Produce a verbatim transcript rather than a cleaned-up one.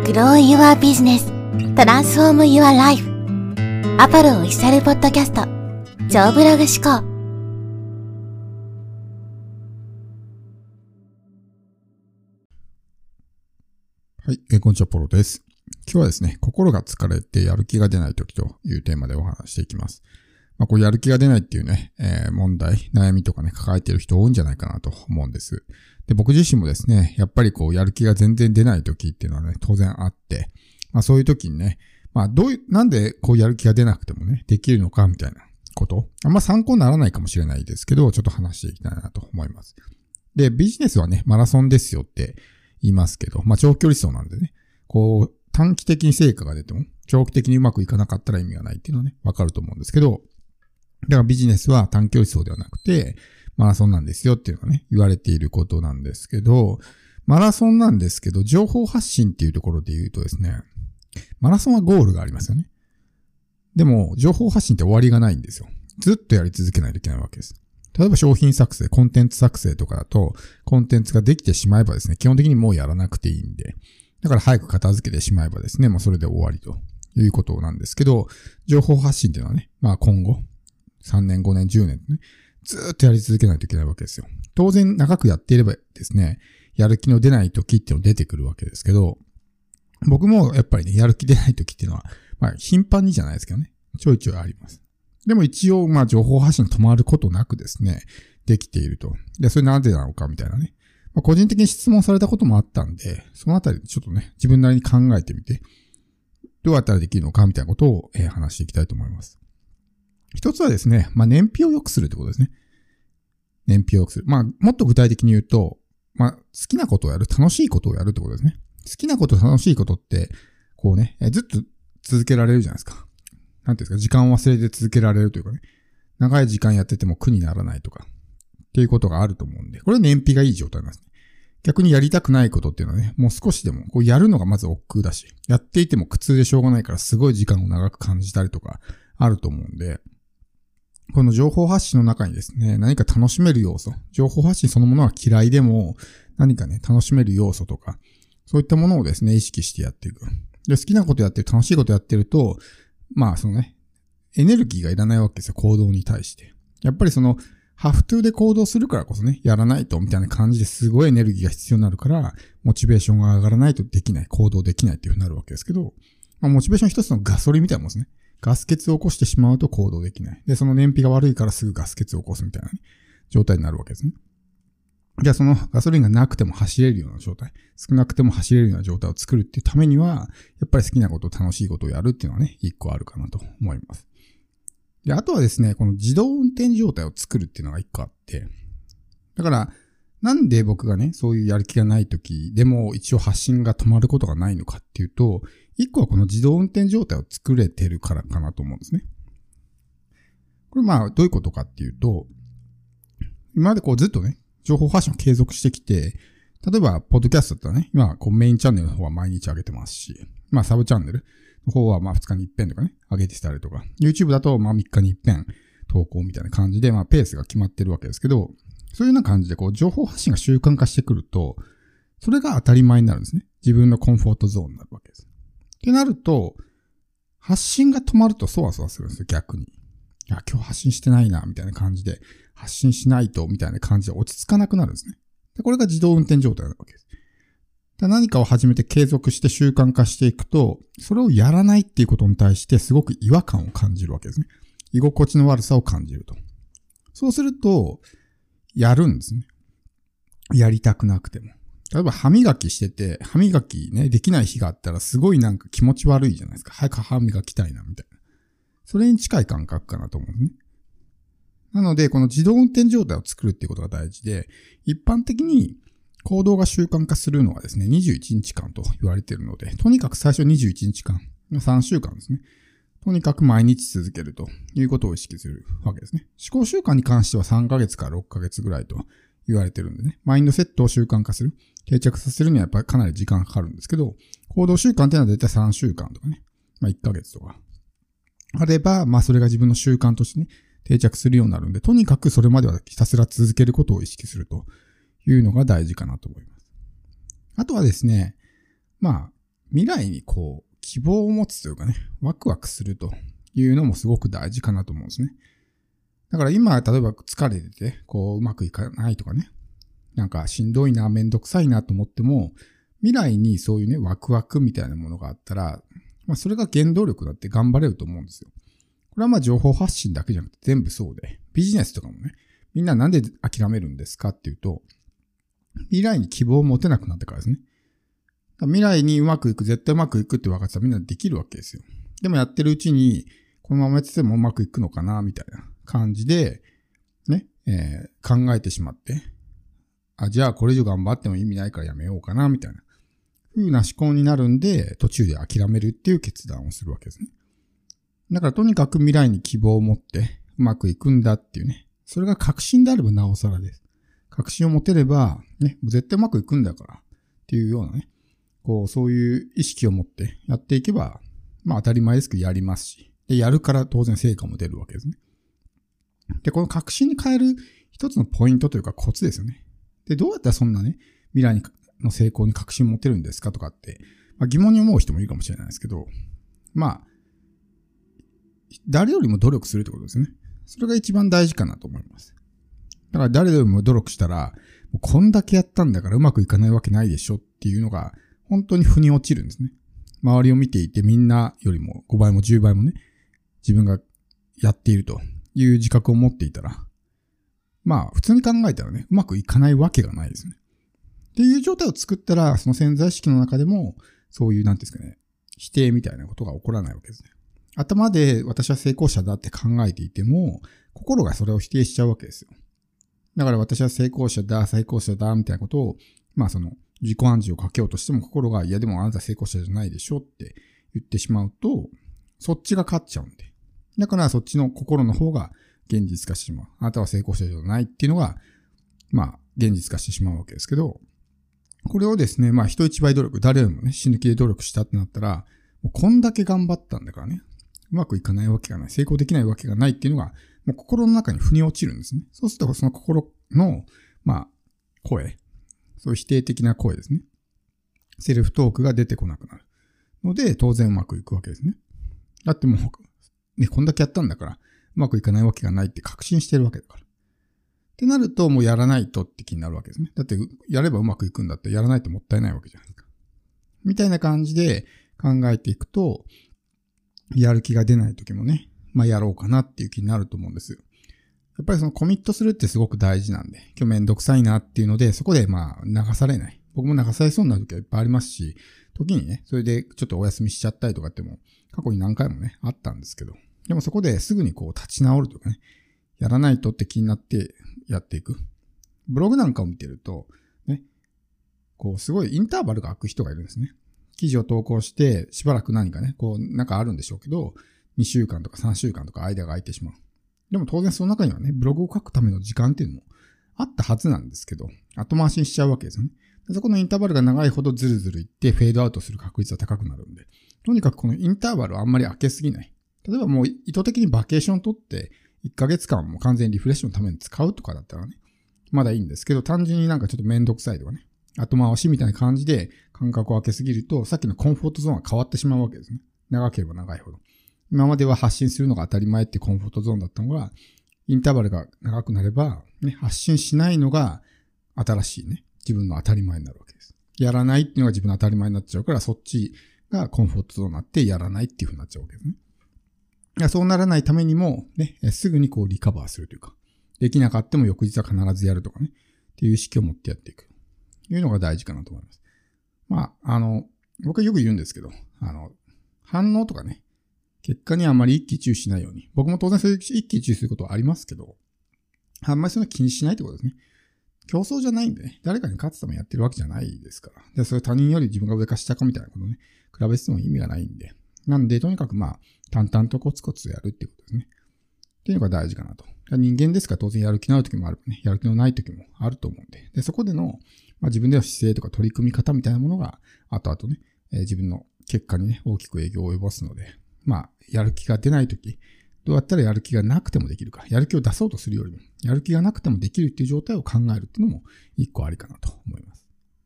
Grow Your Business Transform Your Life アポロオフィシャルポッドキャスト超ブログ思考。 はい、えー、こんにちは、ポロです。今日はですね、心が疲れてやる気が出ないときというテーマでお話していきます。まあ、こうやる気が出ないっていうね、えー、問題、悩みとかね、抱えている人多いんじゃないかなと思うんです。で、僕自身もですね、やっぱりこう、やる気が全然出ないときっていうのはね、当然あって、まあそういうときにね、まあどういう、なんでこうやる気が出なくてもね、できるのかみたいなこと、あんま参考にならないかもしれないですけど、ちょっと話していきたいなと思います。で、ビジネスはね、マラソンですよって言いますけど、まあ長距離走なんでね、こう、短期的に成果が出ても、長期的にうまくいかなかったら意味がないっていうのはね、わかると思うんですけど、だからビジネスは短距離走ではなくて、マラソンなんですよっていうのがね、言われていることなんですけど、マラソンなんですけど、情報発信っていうところで言うとですね、マラソンはゴールがありますよね。でも、情報発信って終わりがないんですよ。ずっとやり続けないといけないわけです。例えば商品作成、コンテンツ作成とかだと、コンテンツができてしまえばですね、基本的にもうやらなくていいんで、だから早く片付けてしまえばですね、もうそれで終わりということなんですけど、情報発信っていうのはね、まあ今後、さんねん、ごねん、じゅうねんとね、ずーっとやり続けないといけないわけですよ。当然長くやっていればですね、やる気の出ない時っていうの出てくるわけですけど、僕もやっぱりね、やる気出ない時っていうのは、まあ頻繁にじゃないですけどね、ちょいちょいあります。でも一応、まあ情報発信止まることなくですね、できていると。で、それなんでなのかみたいなね。まあ、個人的に質問されたこともあったんで、そのあたりちょっとね、自分なりに考えてみて、どうやったらできるのかみたいなことを、えー、話していきたいと思います。一つはですね、まあ燃費を良くするってことですね。燃費を良くする。まあ、もっと具体的に言うと、まあ、好きなことをやる、楽しいことをやるってことですね。好きなこと、楽しいことって、こうね、ずっと続けられるじゃないですか。なんていうんですか、時間を忘れて続けられるというかね、長い時間やってても苦にならないとか、っていうことがあると思うんで、これは燃費がいい状態なんですね。逆にやりたくないことっていうのはね、もう少しでも、こうやるのがまず億劫だし、やっていても苦痛でしょうがないからすごい時間を長く感じたりとかあると思うんで、この情報発信の中にですね、何か楽しめる要素、情報発信そのものは嫌いでも、何かね、楽しめる要素とか、そういったものをですね、意識してやっていく。で、好きなことやってる、楽しいことやってると、まあそのね、エネルギーがいらないわけですよ、行動に対して。やっぱりその、ハフトゥーで行動するからこそね、やらないと、みたいな感じですごいエネルギーが必要になるから、モチベーションが上がらないとできない、行動できないっていう風になるわけですけど、まあ、モチベーション一つのガソリンみたいなもんですね。ガス欠を起こしてしまうと行動できない。で、その燃費が悪いからすぐガス欠を起こすみたいな、ね、状態になるわけですね。じゃあそのガソリンがなくても走れるような状態、少なくても走れるような状態を作るっていうためには、やっぱり好きなこと、楽しいことをやるっていうのはね、一個あるかなと思います。で、あとはですね、この自動運転状態を作るっていうのが一個あって、だから、なんで僕がね、そういうやる気がない時でも一応発信が止まることがないのかっていうと、一個はこの自動運転状態を作れてるからかなと思うんですね。これまあどういうことかっていうと、今までこうずっとね、情報発信を継続してきて、例えばポッドキャストだったらね、今こうメインチャンネルの方は毎日上げてますし、まあサブチャンネルの方はまあふつかに一遍とかね、上げてたりとか、YouTube だとまあみっかに一遍投稿みたいな感じで、まあペースが決まってるわけですけど、そういうような感じでこう情報発信が習慣化してくると、それが当たり前になるんですね。自分のコンフォートゾーンになるわけです。ってなると、発信が止まるとそわそわするんですよ、逆に。いや、今日発信してないな、みたいな感じで、発信しないと、みたいな感じで落ち着かなくなるんですね。で、これが自動運転状態なわけです。で、何かを始めて継続して習慣化していくと、それをやらないっていうことに対してすごく違和感を感じるわけですね。居心地の悪さを感じると。そうすると、やるんですね。やりたくなくても。例えば歯磨きしてて、歯磨きね、できない日があったらすごいなんか気持ち悪いじゃないですか。早く歯磨きたいな、みたいな。それに近い感覚かなと思うんですね。なので、この自動運転状態を作るっていうことが大事で、一般的に行動が習慣化するのはですね、にじゅういちにちかんと言われているので、とにかく最初にじゅういちにちかん、さんしゅうかんですね。とにかく毎日続けるということを意識するわけですね。思考習慣に関してはさんかげつからろっかげつぐらいと言われてるんでね、マインドセットを習慣化する、定着させるにはやっぱりかなり時間かかるんですけど、行動習慣っていうのはだいたいさんしゅうかんとかね、まあいっかげつとかあれば、まあそれが自分の習慣としてね、定着するようになるんで、とにかくそれまではひたすら続けることを意識するというのが大事かなと思います。あとはですね、まあ、 未来にこう、希望を持つというかね、ワクワクするというのもすごく大事かなと思うんですね。だから今、例えば疲れてて、こう、うまくいかないとかね、なんかしんどいな、めんどくさいなと思っても、未来にそういうね、ワクワクみたいなものがあったら、まあそれが原動力だって頑張れると思うんですよ。これはまあ情報発信だけじゃなくて全部そうで、ビジネスとかもね、みんななんで諦めるんですかっていうと、未来に希望を持てなくなってからですね。未来にうまくいく、絶対うまくいくって分かってたらみんなできるわけですよ。でもやってるうちに、このままやっててもうまくいくのかな、みたいな感じで、ね、えー、考えてしまって、あ、じゃあこれ以上頑張っても意味ないからやめようかな、みたいな風な思考になるんで、途中で諦めるっていう決断をするわけですね。だからとにかく未来に希望を持ってうまくいくんだっていうね。それが確信であればなおさらです。確信を持てれば、ね、絶対うまくいくんだからっていうようなね、こう、そういう意識を持ってやっていけば、まあ当たり前ですけどやりますし、で、やるから当然成果も出るわけですね。で、この確信に変える一つのポイントというかコツですよね。で、どうやったらそんなね、未来の成功に確信を持てるんですかとかって、まあ、疑問に思う人もいるかもしれないですけど、まあ、誰よりも努力するってことですね。それが一番大事かなと思います。だから誰よりも努力したら、もうこんだけやったんだからうまくいかないわけないでしょっていうのが、本当に腑に落ちるんですね。周りを見ていてみんなよりもごばいもじゅうばいもね、自分がやっているという自覚を持っていたら、まあ普通に考えたらね、うまくいかないわけがないですね。っていう状態を作ったら、その潜在意識の中でも、そういう、なんていうんですかね、否定みたいなことが起こらないわけですね。頭で私は成功者だって考えていても、心がそれを否定しちゃうわけですよ。だから私は成功者だ、成功者だ、みたいなことを、まあその、自己暗示をかけようとしても心が、いやでもあなた成功者じゃないでしょって言ってしまうと、そっちが勝っちゃうんで。だからそっちの心の方が現実化してしまう。あなたは成功者じゃないっていうのが、まあ現実化してしまうわけですけど、これをですね、まあ人一倍努力、誰よりもね、死ぬ気で努力したってなったら、もうこんだけ頑張ったんだからね、うまくいかないわけがない、成功できないわけがないっていうのが、もう心の中に腑に落ちるんですね。そうするとその心の、まあ、声、そういう否定的な声ですね。セルフトークが出てこなくなる。ので、当然うまくいくわけですね。だってもう、ね、こんだけやったんだから、うまくいかないわけがないって確信してるわけだから。ってなると、もうやらないとって気になるわけですね。だって、やればうまくいくんだってやらないともったいないわけじゃないですか。みたいな感じで考えていくと、やる気が出ない時もね、まあやろうかなっていう気になると思うんですよ。やっぱりそのコミットするってすごく大事なんで、今日めんどくさいなっていうので、そこでまあ流されない。僕も流されそうになる時はいっぱいありますし、時にね、それでちょっとお休みしちゃったりとかっても、過去に何回もね、あったんですけど、でもそこですぐにこう立ち直るとかね、やらないとって気になってやっていく。ブログなんかを見てると、ね、こうすごいインターバルが空く人がいるんですね。記事を投稿してしばらく何かね、こうなんかあるんでしょうけど、にしゅうかんとかさんしゅうかんとか間が空いてしまう。でも当然その中にはね、ブログを書くための時間っていうのもあったはずなんですけど、後回しにしちゃうわけですよね。でそこのインターバルが長いほどズルズルいってフェードアウトする確率は高くなるんで、とにかくこのインターバルをあんまり開けすぎない。例えばもう意図的にバケーション取っていっかげつかんも完全にリフレッシュのために使うとかだったらね、まだいいんですけど、単純になんかちょっとめんどくさいとかね、後回しみたいな感じで間隔を空けすぎると、さっきのコンフォートゾーンが変わってしまうわけですね。長ければ長いほど。今までは発信するのが当たり前ってコンフォートゾーンだったのが、インターバルが長くなれば、ね、発信しないのが新しいね、自分の当たり前になるわけです。やらないっていうのが自分の当たり前になっちゃうから、そっちがコンフォートゾーンになってやらないっていう風になっちゃうわけですね。いやそうならないためにも、ね、すぐにこうリカバーするというか、できなかったも翌日は必ずやるとかね、っていう意識を持ってやっていく。というのが大事かなと思います。まあ、あの、僕はよく言うんですけど、あの、反応とかね、結果にあまり一喜一憂しないように。僕も当然そういう一喜一憂することはありますけど、あんまりそんな気にしないってことですね。競争じゃないんでね、誰かに勝つためにやってるわけじゃないですから。で、それ他人より自分が上か下かみたいなことね、比べてても意味がないんで。なんで、とにかくまあ、淡々とコツコツやるっていうことですね。っていうのが大事かなと。人間ですから当然やる気のある時もあるね。やる気のない時もあると思うんで。で、そこでの、まあ、自分での姿勢とか取り組み方みたいなものが、後々ね、えー、自分の結果にね、大きく影響を及ぼすので、まあ、やる気が出ない時、どうやったらやる気がなくてもできるか。やる気を出そうとするよりも、やる気がなくてもできるっていう状態を考えるっていうのも一個ありかなと思います。